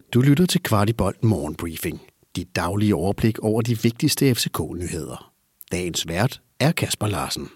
Du lytter til Kvartibolt Morgenbriefing. Dit daglige overblik over de vigtigste FCK-nyheder. Dagens vært er Kasper Larsen.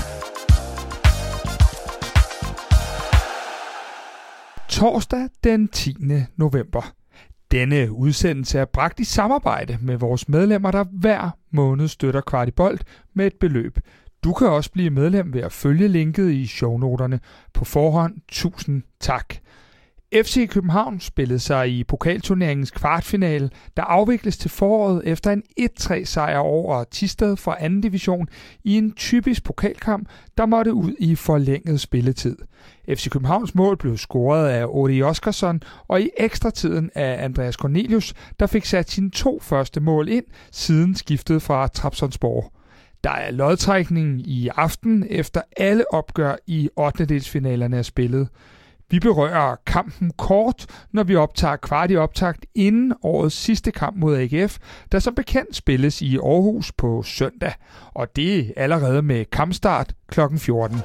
Torsdag den 10. november. Denne udsendelse er bragt i samarbejde med vores medlemmer, der hver måned støtter Kvartibolt med et beløb. Du kan også blive medlem ved at følge linket i shownoterne. På forhånd, 1000 tak. FC København spillede sig i pokalturneringens kvartfinale, der afvikles til foråret efter en 1-3-sejr over Thisted fra 2. division i en typisk pokalkamp, der måtte ud i forlænget spilletid. FC Københavns mål blev scoret af Odi Oskarsson og i ekstratiden af Andreas Cornelius, der fik sat sine 2 første mål ind siden skiftet fra Trabzonspor. Der er lodtrækning i aften efter alle opgør i 8-delsfinalerne er spillet. Vi berører kampen kort, når vi optager Kvarti-optakt inden årets sidste kamp mod AGF, der som bekendt spilles i Aarhus på søndag. Og det er allerede med kampstart kl. 14.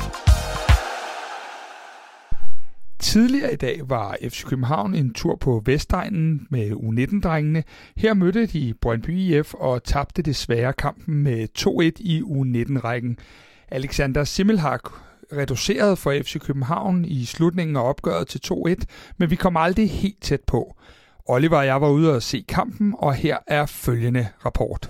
Tidligere i dag var FC København en tur på Vestegnen med U19-drengene. Her mødte de Brøndby IF og tabte desværre kampen med 2-1 i U19-rækken. Alexander Simmelhag reducerede for FC København i slutningen af opgøret til 2-1, men vi kom aldrig helt tæt på. Oliver og jeg var ude og se kampen, og her er følgende rapport.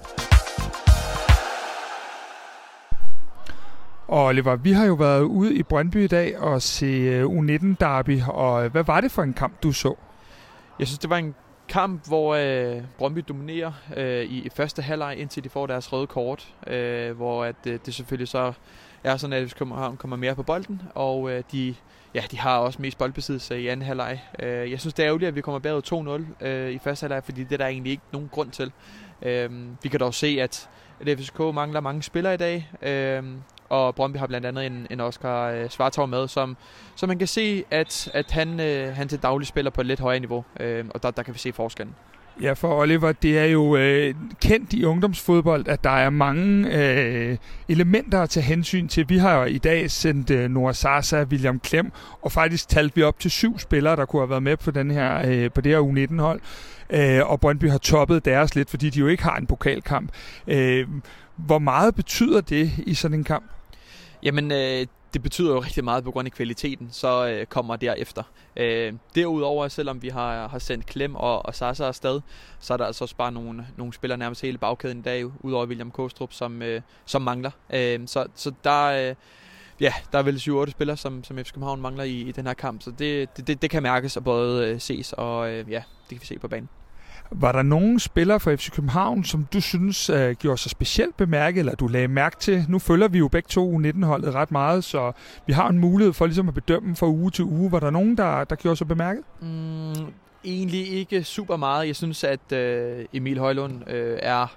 Og Oliver, vi har jo været ude i Brøndby i dag og se U19-derby, og hvad var det for en kamp, du så? Jeg synes, det var en kamp, hvor Brøndby dominerer i første halvleg, indtil de får deres røde kort, hvor det selvfølgelig så er sådan, at FC København kommer mere på bolden, og de har også mest boldbesiddelse i anden halvleg. Jeg synes, det er ærgerligt, at vi kommer bagud 2-0 i første halvleg, fordi det er der egentlig ikke nogen grund til. Vi kan dog se, at FCK mangler mange spillere i dag, og Brøndby har blandt andet en Oscar Svartov med, som man kan se, at han til daglig spiller på et lidt højere niveau, og der kan vi se forskellen. Ja, for Oliver, det er jo kendt i ungdomsfodbold, at der er mange elementer at tage hensyn til. Vi har jo i dag sendt Noah Sasa, William Klem, og faktisk talte vi op til 7 spillere, der kunne have været med på det her U19-hold. Og Brøndby har toppet deres lidt, fordi de jo ikke har en pokalkamp. Hvor meget betyder det i sådan en kamp? Jamen, det betyder jo rigtig meget på grund af kvaliteten, så kommer derefter. Derudover, selvom vi har sendt Klem og Sasa afsted, så er der altså også bare nogle spillere nærmest hele bagkæden i dag, udover William Kostrup, som mangler. Så der er vel 7-8 spillere, som FC København mangler i den her kamp, så det kan mærkes og både ses, og det kan vi se på banen. Var der nogen spillere fra FC København, som du synes gjorde sig specielt bemærket, eller du lagde mærke til? Nu følger vi jo begge to U19-holdet ret meget, så vi har en mulighed for ligesom at bedømme fra uge til uge. Var der nogen, der gjorde sig bemærket? Egentlig ikke super meget. Jeg synes, at Emil Højlund er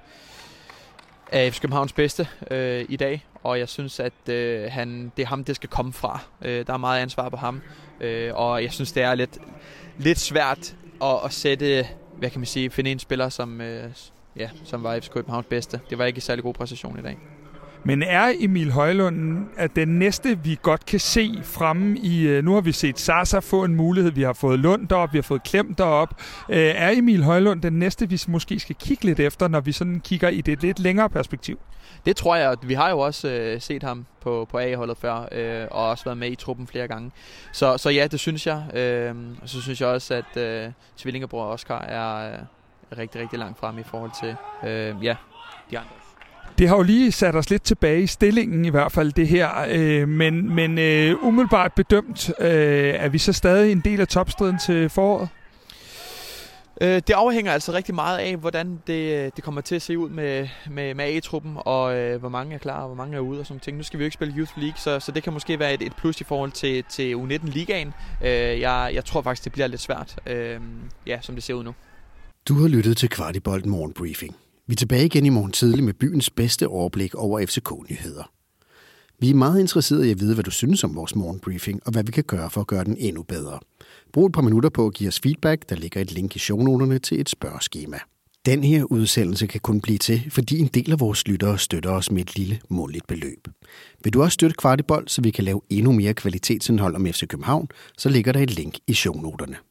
FC Københavns bedste i dag, og jeg synes, at det er ham, det skal komme fra. Der er meget ansvar på ham, og jeg synes, det er lidt svært at sætte, hvad kan man sige, finde en spiller, som var FC Københavns bedste. Det var ikke en særlig god præstation i dag. Men er Emil Højlund at den næste, vi godt kan se fremme i... Nu har vi set Sasa få en mulighed, vi har fået Lund derop, vi har fået Klem derop. Er Emil Højlund den næste, vi måske skal kigge lidt efter, når vi sådan kigger i det lidt længere perspektiv? Det tror jeg. Vi har jo også set ham på A-holdet før, og også været med i truppen flere gange. Så ja, det synes jeg. Og så synes jeg også, at tvillingebror Oscar er rigtig, rigtig langt frem i forhold til de andre. Det har jo lige sat os lidt tilbage i stillingen i hvert fald det her, men umiddelbart bedømt, er vi så stadig en del af topstriden til foråret? Det afhænger altså rigtig meget af, hvordan det kommer til at se ud med A-truppen, og hvor mange er klar, og hvor mange er ude og sådan ting. Nu skal vi jo ikke spille Youth League, så det kan måske være et plus i forhold til U19-ligaen. Jeg tror faktisk, det bliver lidt svært, som det ser ud nu. Du har lyttet til Kvartibolt Morgenbriefing. Vi er tilbage igen i morgen tidlig med byens bedste overblik over FCK-nyheder. Vi er meget interesserede i at vide, hvad du synes om vores morgenbriefing, og hvad vi kan gøre for at gøre den endnu bedre. Brug et par minutter på at give os feedback. Der ligger et link i shownoterne til et spørgeskema. Den her udsendelse kan kun blive til, fordi en del af vores lyttere støtter os med et lille månedligt beløb. Vil du også støtte Kvartibolt, så vi kan lave endnu mere kvalitetsindhold om FC København, så ligger der et link i shownoterne.